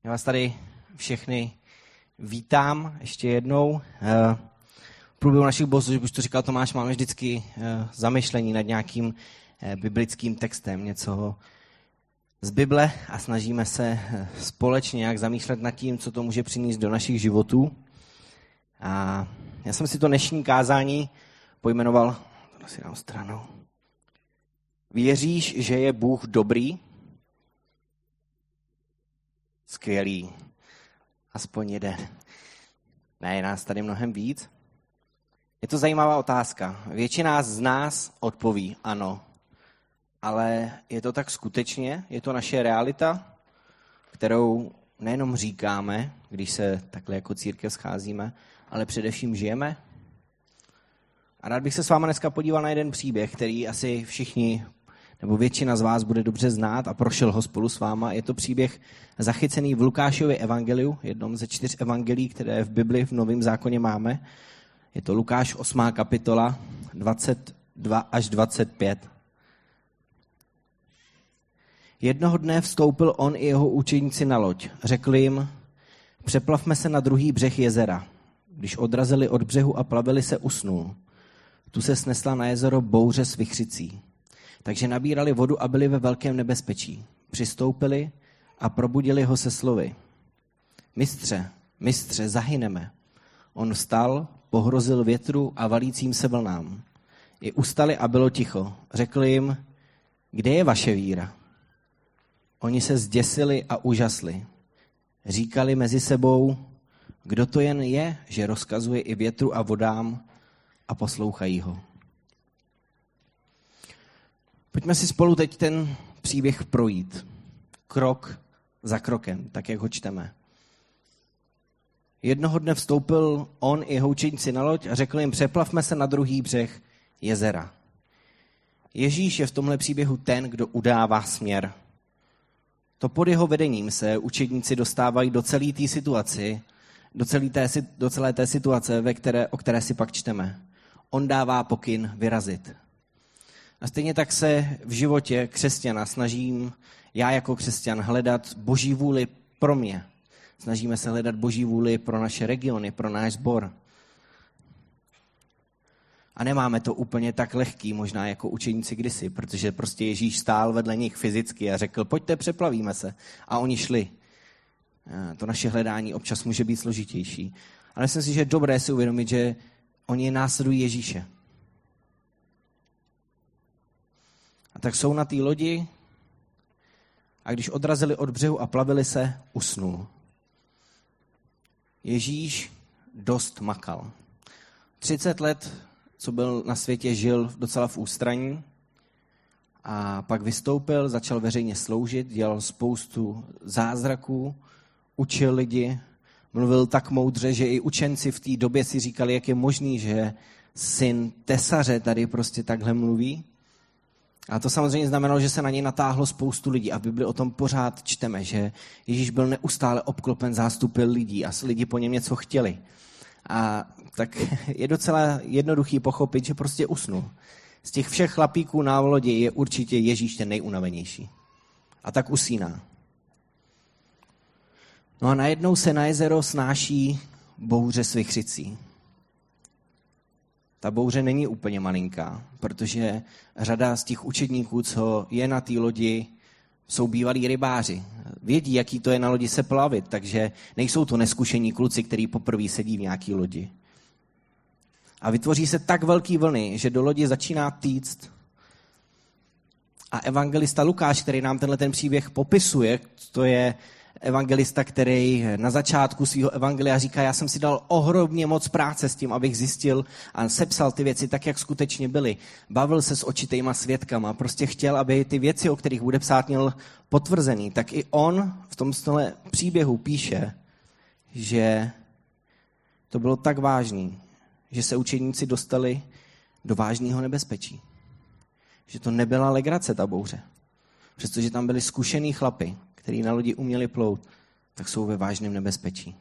Já vás tady všechny vítám ještě jednou. V průběhu našich bohoslužeb, už to říkal Tomáš, máme vždycky zamyšlení nad nějakým biblickým textem, něco z Bible a snažíme se společně nějak zamýšlet nad tím, co to může přinést do našich životů. A já jsem si to dnešní kázání pojmenoval, to si dám stranou. Věříš, že je Bůh dobrý? Skvělý. Aspoň jeden. Ne, je nás tady mnohem víc. Je to zajímavá otázka. Většina z nás odpoví ano. Ale je to tak skutečně? Je to naše realita, kterou nejenom říkáme, když se takhle jako církev scházíme, ale především žijeme? A rád bych se s váma dneska podíval na jeden příběh, který asi všichni nebo většina z vás bude dobře znát a prošel ho spolu s váma. Je to příběh zachycený v Lukášově evangeliu, jednom ze 4 evangelií, které v Bibli v Novém zákoně máme. Je to Lukáš 8. kapitola, 22 až 25. Jednoho dne vstoupil on i jeho učeníci na loď. Řekl jim, přeplavme se na druhý břeh jezera. Když odrazili od břehu a plavili se, usnul. Tu se snesla na jezero bouře s vichřicí. Takže nabírali vodu a byli ve velkém nebezpečí. Přistoupili a probudili ho se slovy. Mistře, zahyneme. On vstal, pohrozil větru a valícím se vlnám. I ustali a bylo ticho. Řekl jim, kde je vaše víra? Oni se zděsili a úžasli. Říkali mezi sebou, kdo to jen je, že rozkazuje i větru a vodám a poslouchají ho. Pojďme si spolu teď ten příběh projít. Krok za krokem, tak jak ho čteme. Jednoho dne vstoupil on i jeho učeníci na loď a řekl jim, přeplavme se na druhý břeh jezera. Ježíš je v tomhle příběhu ten, kdo udává směr. To pod jeho vedením se učedníci dostávají do celé té situaci, do celé té situace, o které si pak čteme. On dává pokyn vyrazit. A stejně tak se v životě křesťana snažím já jako křesťan hledat Boží vůli pro mě. Snažíme se hledat Boží vůli pro naše regiony, pro náš sbor. A nemáme to úplně tak lehký, možná jako učeníci kdysi, protože prostě Ježíš stál vedle nich fyzicky a řekl, pojďte, přeplavíme se. A oni šli. To naše hledání občas může být složitější. Ale myslím si, že je dobré si uvědomit, že oni následují Ježíše. A tak jsou na té lodi a když odrazili od břehu a plavili se, usnul. Ježíš dost makal. 30 let, co byl na světě, žil docela v ústraní a pak vystoupil, začal veřejně sloužit, dělal spoustu zázraků, učil lidi, mluvil tak moudře, že i učenci v té době si říkali, jak je možný, že syn tesaře tady prostě takhle mluví. A to samozřejmě znamenalo, že se na něj natáhlo spoustu lidí a v Bibli o tom pořád čteme, že Ježíš byl neustále obklopen zástupy lidí a lidi po něm něco chtěli. A tak je docela jednoduchý pochopit, že prostě usnul. Z těch všech chlapíků na lodi je určitě Ježíš ten nejunavenější. A tak usíná. No a najednou se na jezero snáší bouře s vichřicí. Ta bouře není úplně malinká, protože řada z těch učedníků, co je na té lodi, jsou bývalí rybáři. Vědí, jaký to je na lodi se plavit, takže nejsou to neskušení kluci, který poprvé sedí v nějaké lodi. A vytvoří se tak velký vlny, že do lodi začíná týct. A evangelista Lukáš, který nám tenhle ten příběh popisuje, to je evangelista, který na začátku svého evangelia říká, já jsem si dal ohromně moc práce s tím, abych zjistil a sepsal ty věci tak, jak skutečně byly. Bavil se s očitejma svědkama, prostě chtěl, aby ty věci, o kterých bude psát, měl potvrzený. Tak i on v tomhle příběhu píše, že to bylo tak vážný, že se učeníci dostali do vážného nebezpečí. Že to nebyla legrace, ta bouře. Přestože tam byli zkušený chlapi, který na lodi uměli plout, tak jsou ve vážném nebezpečí.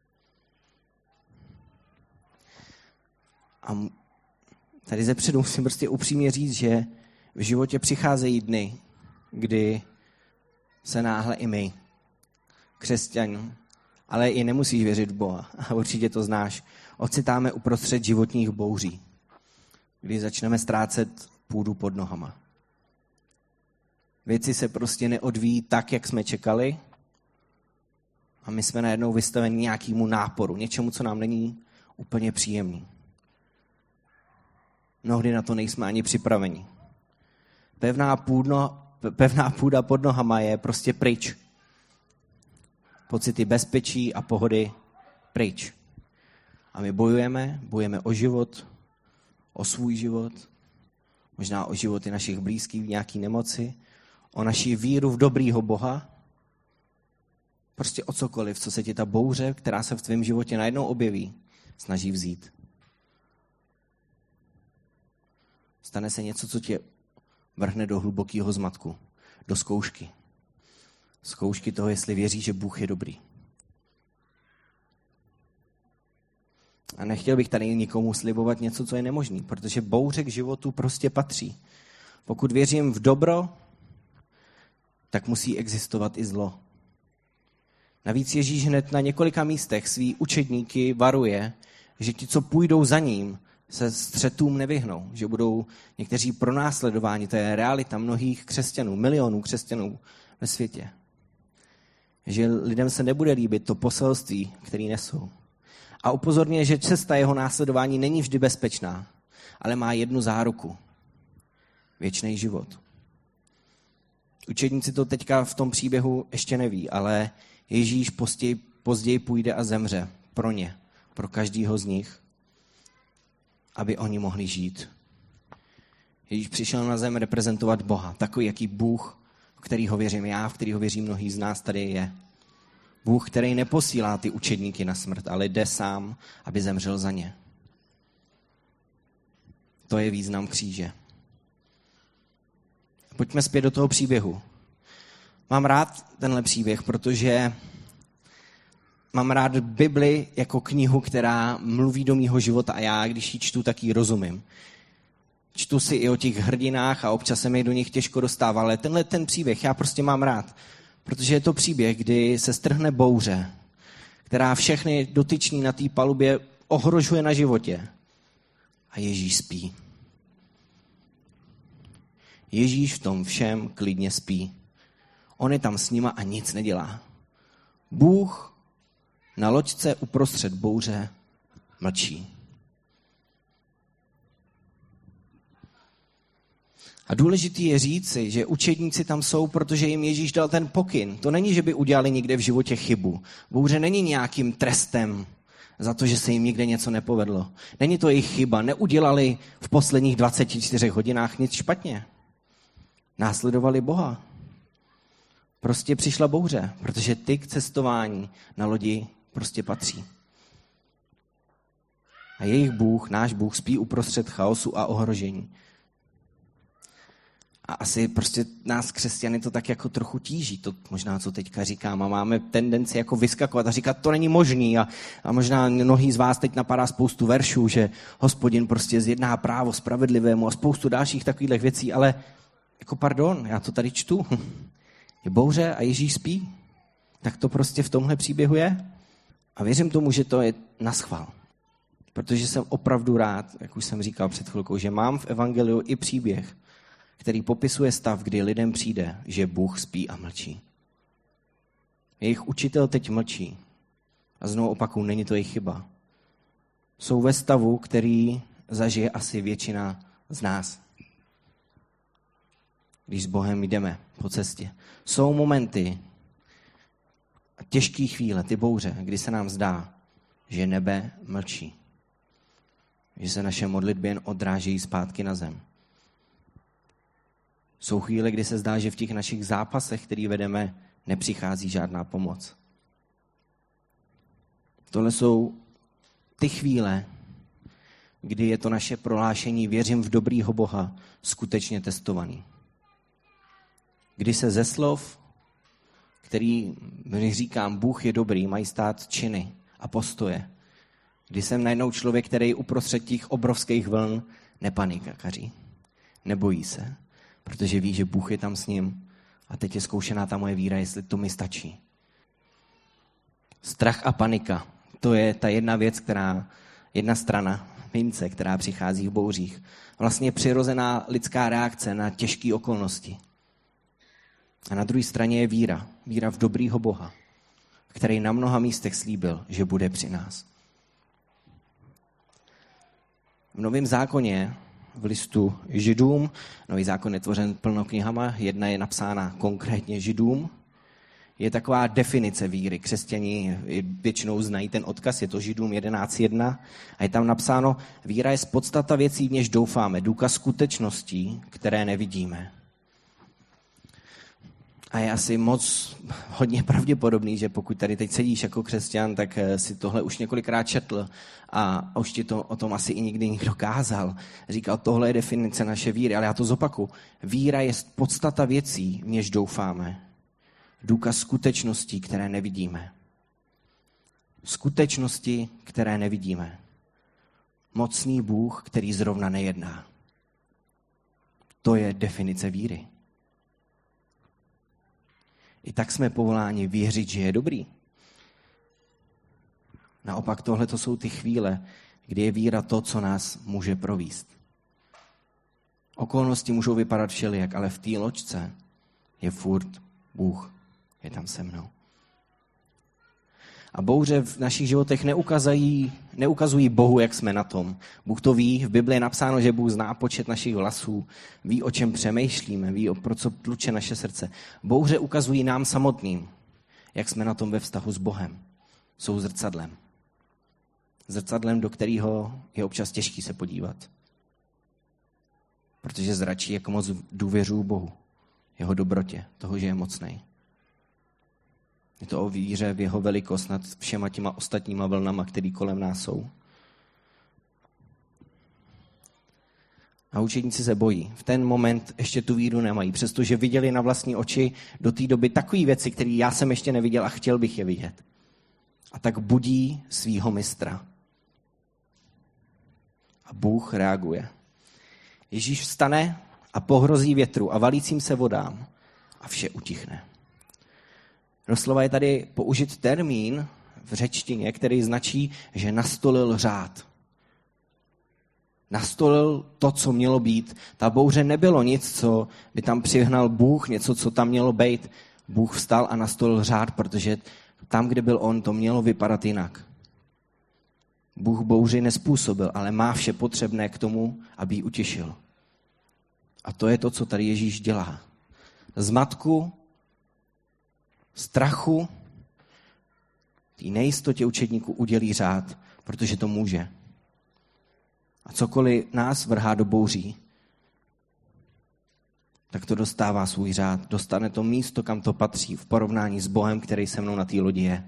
A tady zepředu musím prostě upřímně říct, že v životě přicházejí dny, kdy se náhle i my křesťan, ale i nemusíš věřit v Boha. A určitě to znáš. Ocitáme uprostřed životních bouří, kdy začneme ztrácet půdu pod nohama. Věci se prostě neodvíjí tak, jak jsme čekali, a my jsme najednou vystaveni nějakému náporu, něčemu, co nám není úplně příjemný. Mnohdy na to nejsme ani připraveni. Pevná půda pod nohama je prostě pryč. Pocity bezpečí a pohody pryč. A my bojujeme o život, o svůj život, možná o životy našich blízkých v nějaké nemoci, o naši víru v dobrýho Boha, prostě o cokoliv, co se ti ta bouře, která se v tvém životě najednou objeví, snaží vzít. Stane se něco, co tě vrhne do hlubokého zmatku, do zkoušky. Zkoušky toho, jestli věří, že Bůh je dobrý. A nechtěl bych tady nikomu slibovat něco, co je nemožné, protože bouře k životu prostě patří. Pokud věřím v dobro, tak musí existovat i zlo. Navíc Ježíš hned na několika místech svý učedníky varuje, že ti, co půjdou za ním, se střetům nevyhnou, že budou někteří pronásledováni. To je realita mnohých křesťanů, milionů křesťanů ve světě. Že lidem se nebude líbit to poselství, který nesou. A upozorňuje, že cesta jeho následování není vždy bezpečná, ale má jednu záruku. Věčný život. Učedníci to teďka v tom příběhu ještě neví, ale Ježíš později půjde a zemře pro ně, pro každýho z nich, aby oni mohli žít. Ježíš přišel na zem reprezentovat Boha, takový, jaký Bůh, v kterýho věřím já, v kterýho věří mnohý z nás tady je. Bůh, který neposílá ty učedníky na smrt, ale jde sám, aby zemřel za ně. To je význam kříže. Pojďme zpět do toho příběhu. Mám rád tenhle příběh, protože mám rád Bibli jako knihu, která mluví do mýho života a já, když ji čtu, tak ji rozumím. Čtu si i o těch hrdinách a občas se mi do nich těžko dostává, ale ten příběh já prostě mám rád, protože je to příběh, kdy se strhne bouře, která všechny dotyční na té palubě ohrožuje na životě. A Ježíš spí. Ježíš v tom všem klidně spí. On je tam s nima a nic nedělá. Bůh na loďce uprostřed bouře mlčí. A důležitý je říci, že učedníci tam jsou, protože jim Ježíš dal ten pokyn. To není, že by udělali někde v životě chybu. Bouře není nějakým trestem za to, že se jim někde něco nepovedlo. Není to jejich chyba. Neudělali v posledních 24 hodinách nic špatně. Následovali Boha. Prostě přišla bouře, protože ty k cestování na lodi prostě patří. A jejich Bůh, náš Bůh, spí uprostřed chaosu a ohrožení. A asi prostě nás křesťany to tak jako trochu tíží, to možná, co teďka říkám, a máme tendenci jako vyskakovat a říkat, to není možný a možná mnohý z vás teď napadá spoustu veršů, že Hospodin prostě zjedná právo spravedlivému a spoustu dalších takových věcí, ale jako pardon, já to tady čtu. Je bouře a Ježíš spí. Tak to prostě v tomhle příběhu je. A věřím tomu, že to je naschvál. Protože jsem opravdu rád, jak už jsem říkal před chvilkou, že mám v evangeliu i příběh, který popisuje stav, kdy lidem přijde, že Bůh spí a mlčí. Jejich učitel teď mlčí. A znovu opakuju, není to jejich chyba. Jsou ve stavu, který zažije asi většina z nás. Když s Bohem jdeme po cestě. Jsou momenty a těžké chvíle, ty bouře, kdy se nám zdá, že nebe mlčí. Že se naše modlitby jen odrážejí zpátky na zem. Jsou chvíle, kdy se zdá, že v těch našich zápasech, který vedeme, nepřichází žádná pomoc. Tohle jsou ty chvíle, kdy je to naše prohlášení věřím v dobrýho Boha skutečně testovaný. Kdy se ze slov, který, když říkám, Bůh je dobrý, mají stát činy a postoje. Kdy jsem najednou člověk, který uprostřed těch obrovských vln nepanikaří, nebojí se, protože ví, že Bůh je tam s ním a teď je zkoušená ta moje víra, jestli to mi stačí. Strach a panika. To je ta jedna věc, jedna strana mince, která přichází v bouřích. Vlastně přirozená lidská reakce na těžké okolnosti. A na druhé straně je víra. Víra v dobrýho Boha, který na mnoha místech slíbil, že bude při nás. V Novém zákoně, v listu Židům, Nový zákon je tvořen plno knihama, jedna je napsána konkrétně Židům, je taková definice víry. Křesťani většinou znají ten odkaz, je to Židům 11.1 a je tam napsáno, víra je z podstata věcí, v něž doufáme, důkaz skutečností, které nevidíme. A je asi hodně pravděpodobný, že pokud tady teď sedíš jako křesťan, tak si tohle už několikrát četl a už ti to o tom asi i nikdy někdo kázal. Říkal, tohle je definice naše víry, ale já to zopakuju. Víra je podstata věcí, v něž doufáme. Důkaz skutečností, které nevidíme. Skutečnosti, které nevidíme. Mocný Bůh, který zrovna nejedná. To je definice víry. I tak jsme povoláni věřit, že je dobrý. Naopak tohle to jsou ty chvíle, kdy je víra to, co nás může provést. Okolnosti můžou vypadat všelijak, ale v té loďce je furt Bůh. Je tam se mnou. A bouře v našich životech neukazují Bohu, jak jsme na tom. Bůh to ví, v Bibli je napsáno, že Bůh zná počet našich vlasů, ví, o čem přemýšlíme, ví, pro co tluče naše srdce. Bouře ukazují nám samotným, jak jsme na tom ve vztahu s Bohem. Jsou zrcadlem. Zrcadlem, do kterého je občas těžký se podívat. Protože zračí, jak moc důvěřuju Bohu, jeho dobrotě, toho, že je mocnej. Je to o víře v jeho velikost nad všema těma ostatníma vlnama, které kolem nás jsou. A učedníci se bojí. V ten moment ještě tu víru nemají, přestože viděli na vlastní oči do té doby takové věci, které já jsem ještě neviděl a chtěl bych je vidět. A tak budí svýho mistra. A Bůh reaguje. Ježíš vstane a pohrozí větru a valícím se vodám a vše utichne. Doslova je tady použit termín v řečtině, který značí, že nastolil řád. Nastolil to, co mělo být. Ta bouře nebylo nic, co by tam přihnal Bůh, něco, co tam mělo být. Bůh vstal a nastolil řád, protože tam, kde byl on, to mělo vypadat jinak. Bůh bouři nespůsobil, ale má vše potřebné k tomu, aby ji utěšil. A to je to, co tady Ježíš dělá. Zmatku, strachu, té nejistotě učedníků udělí řád, protože to může. A cokoliv nás vrhá do bouří, tak to dostává svůj řád. Dostane to místo, kam to patří v porovnání s Bohem, který se mnou na té lodi je.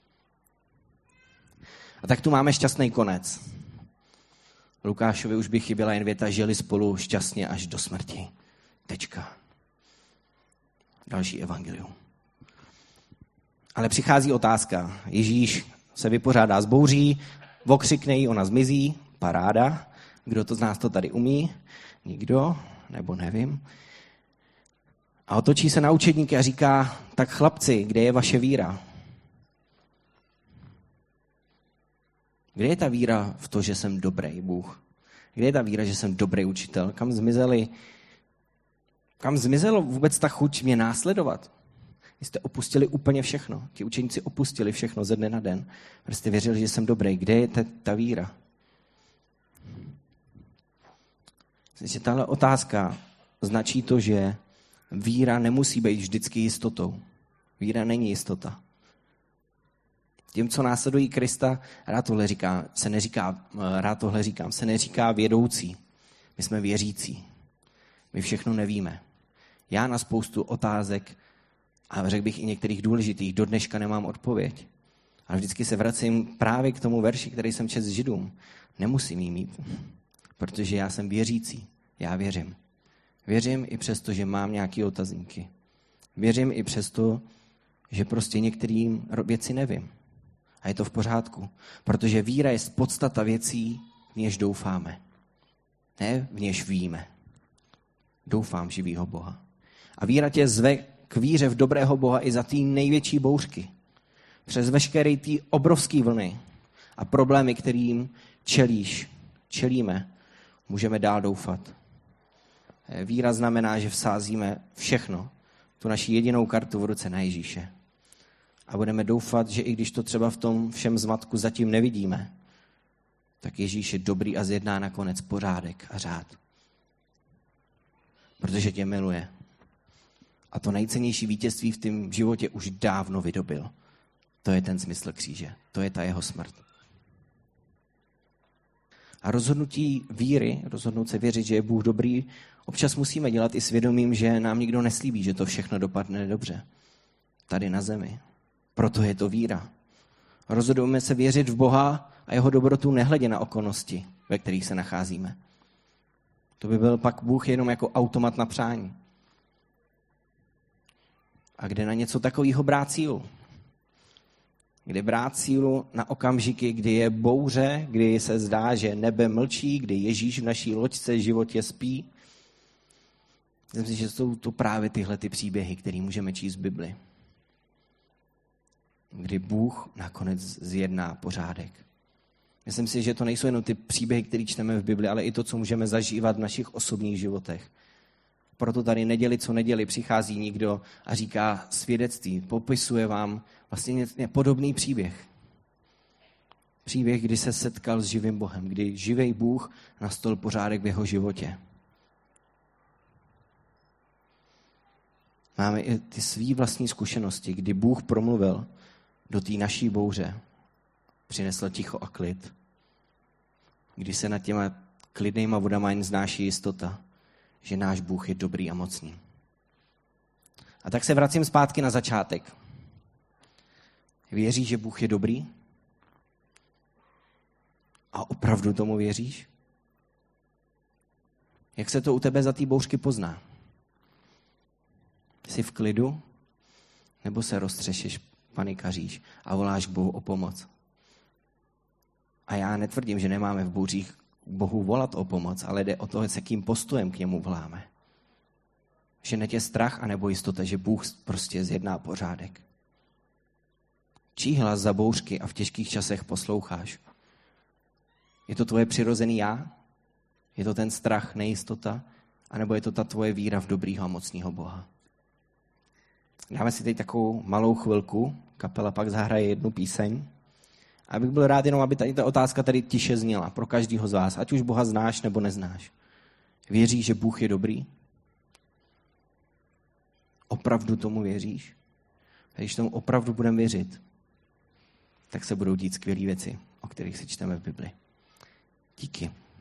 A tak tu máme šťastný konec. Lukášovi už by chyběla jen věta, žili spolu šťastně až do smrti. Tečka. Další evangelium. Ale přichází otázka. Ježíš se vypořádá s bouří, okřikne jí, ona zmizí, paráda. Kdo to z nás to tady umí? Nikdo? Nebo nevím. A otočí se na učedníky a říká, tak chlapci, kde je vaše víra? Kde je ta víra v to, že jsem dobrý Bůh? Kde je ta víra, že jsem dobrý učitel? Kam zmizelo vůbec ta chuť mě následovat? Vy jste opustili úplně všechno. Ti učeníci opustili všechno ze dne na den. Prostě věřili, že jsem dobrý. Kde je ta víra? Myslím, tahle otázka značí to, že víra nemusí být vždycky jistotou. Víra není jistota. Těm, co následují Krista, rád tohle říkám, se neříká vědoucí. My jsme věřící. My všechno nevíme. Já na spoustu otázek a řekl bych i některých důležitých do dneška nemám odpověď. Ale vždycky se vracím právě k tomu verši, který jsem četl s Židům. Nemusím jí mít, protože já jsem věřící. Já věřím. Věřím i přesto, že mám nějaké otazníky. Věřím i přesto, že prostě některým věci nevím. A je to v pořádku, protože víra je podstata věcí, v něž doufáme. Ne v něž víme. Doufám v živýho Boha. A víra tě zve k víře v dobrého Boha i za ty největší bouřky. přes veškeré ty obrovské vlny a problémy, kterým čelíme, můžeme dál doufat. Víra znamená, že vsázíme všechno, tu naši jedinou kartu v ruce na Ježíše. A budeme doufat, že i když to třeba v tom všem zmatku zatím nevidíme, tak Ježíš je dobrý a zjedná nakonec pořádek a řád. Protože tě miluje. A to nejcennější vítězství v tom životě už dávno vydobil. To je ten smysl kříže. To je ta jeho smrt. A rozhodnutí víry, rozhodnout se věřit, že je Bůh dobrý, občas musíme dělat i svědomím, že nám nikdo neslíbí, že to všechno dopadne dobře. Tady na zemi. Proto je to víra. Rozhodujeme se věřit v Boha a jeho dobrotu nehledě na okolnosti, ve kterých se nacházíme. To by byl pak Bůh jenom jako automat na přání. A kde na něco takového brát sílu? Kde brát sílu na okamžiky, kdy je bouře, kdy se zdá, že nebe mlčí, kdy Ježíš v naší loďce životě spí? Myslím si, že jsou to právě tyhle ty příběhy, které můžeme číst v Bibli. Kdy Bůh nakonec zjedná pořádek. Myslím si, že to nejsou jenom ty příběhy, které čteme v Bibli, ale i to, co můžeme zažívat v našich osobních životech. Proto tady neděli co neděli přichází někdo a říká svědectví, popisuje vám vlastně podobný příběh. Příběh, kdy se setkal s živým Bohem, kdy živý Bůh nastolil pořádek v jeho životě. Máme i ty svý vlastní zkušenosti, kdy Bůh promluvil do té naší bouře, přinesl ticho a klid, kdy se nad těma klidnýma vodama jen znáší jistota, že náš Bůh je dobrý a mocný. A tak se vracím zpátky na začátek. Věříš, že Bůh je dobrý? A opravdu tomu věříš? Jak se to u tebe za té bouřky pozná? Jsi v klidu? Nebo se roztřešíš, panikaříš a voláš Bohu o pomoc? A já netvrdím, že nemáme v bouřích Bohu volat o pomoc, ale jde o to, s jakým postojem k němu voláme. Že ne tě strach anebo jistota, že Bůh prostě zjedná pořádek. Čí hlas za bouřky a v těžkých časech posloucháš? Je to tvoje přirozený já? Je to ten strach, nejistota? A nebo je to ta tvoje víra v dobrýho a mocného Boha? Dáme si teď takovou malou chvilku, kapela pak zahraje jednu píseň. A bych byl rád jenom, aby tady ta otázka tady tiše zněla pro každého z vás, ať už Boha znáš nebo neznáš. Věříš, že Bůh je dobrý? Opravdu tomu věříš? A když tomu opravdu budeme věřit, tak se budou dít skvělé věci, o kterých si čteme v Bibli. Díky.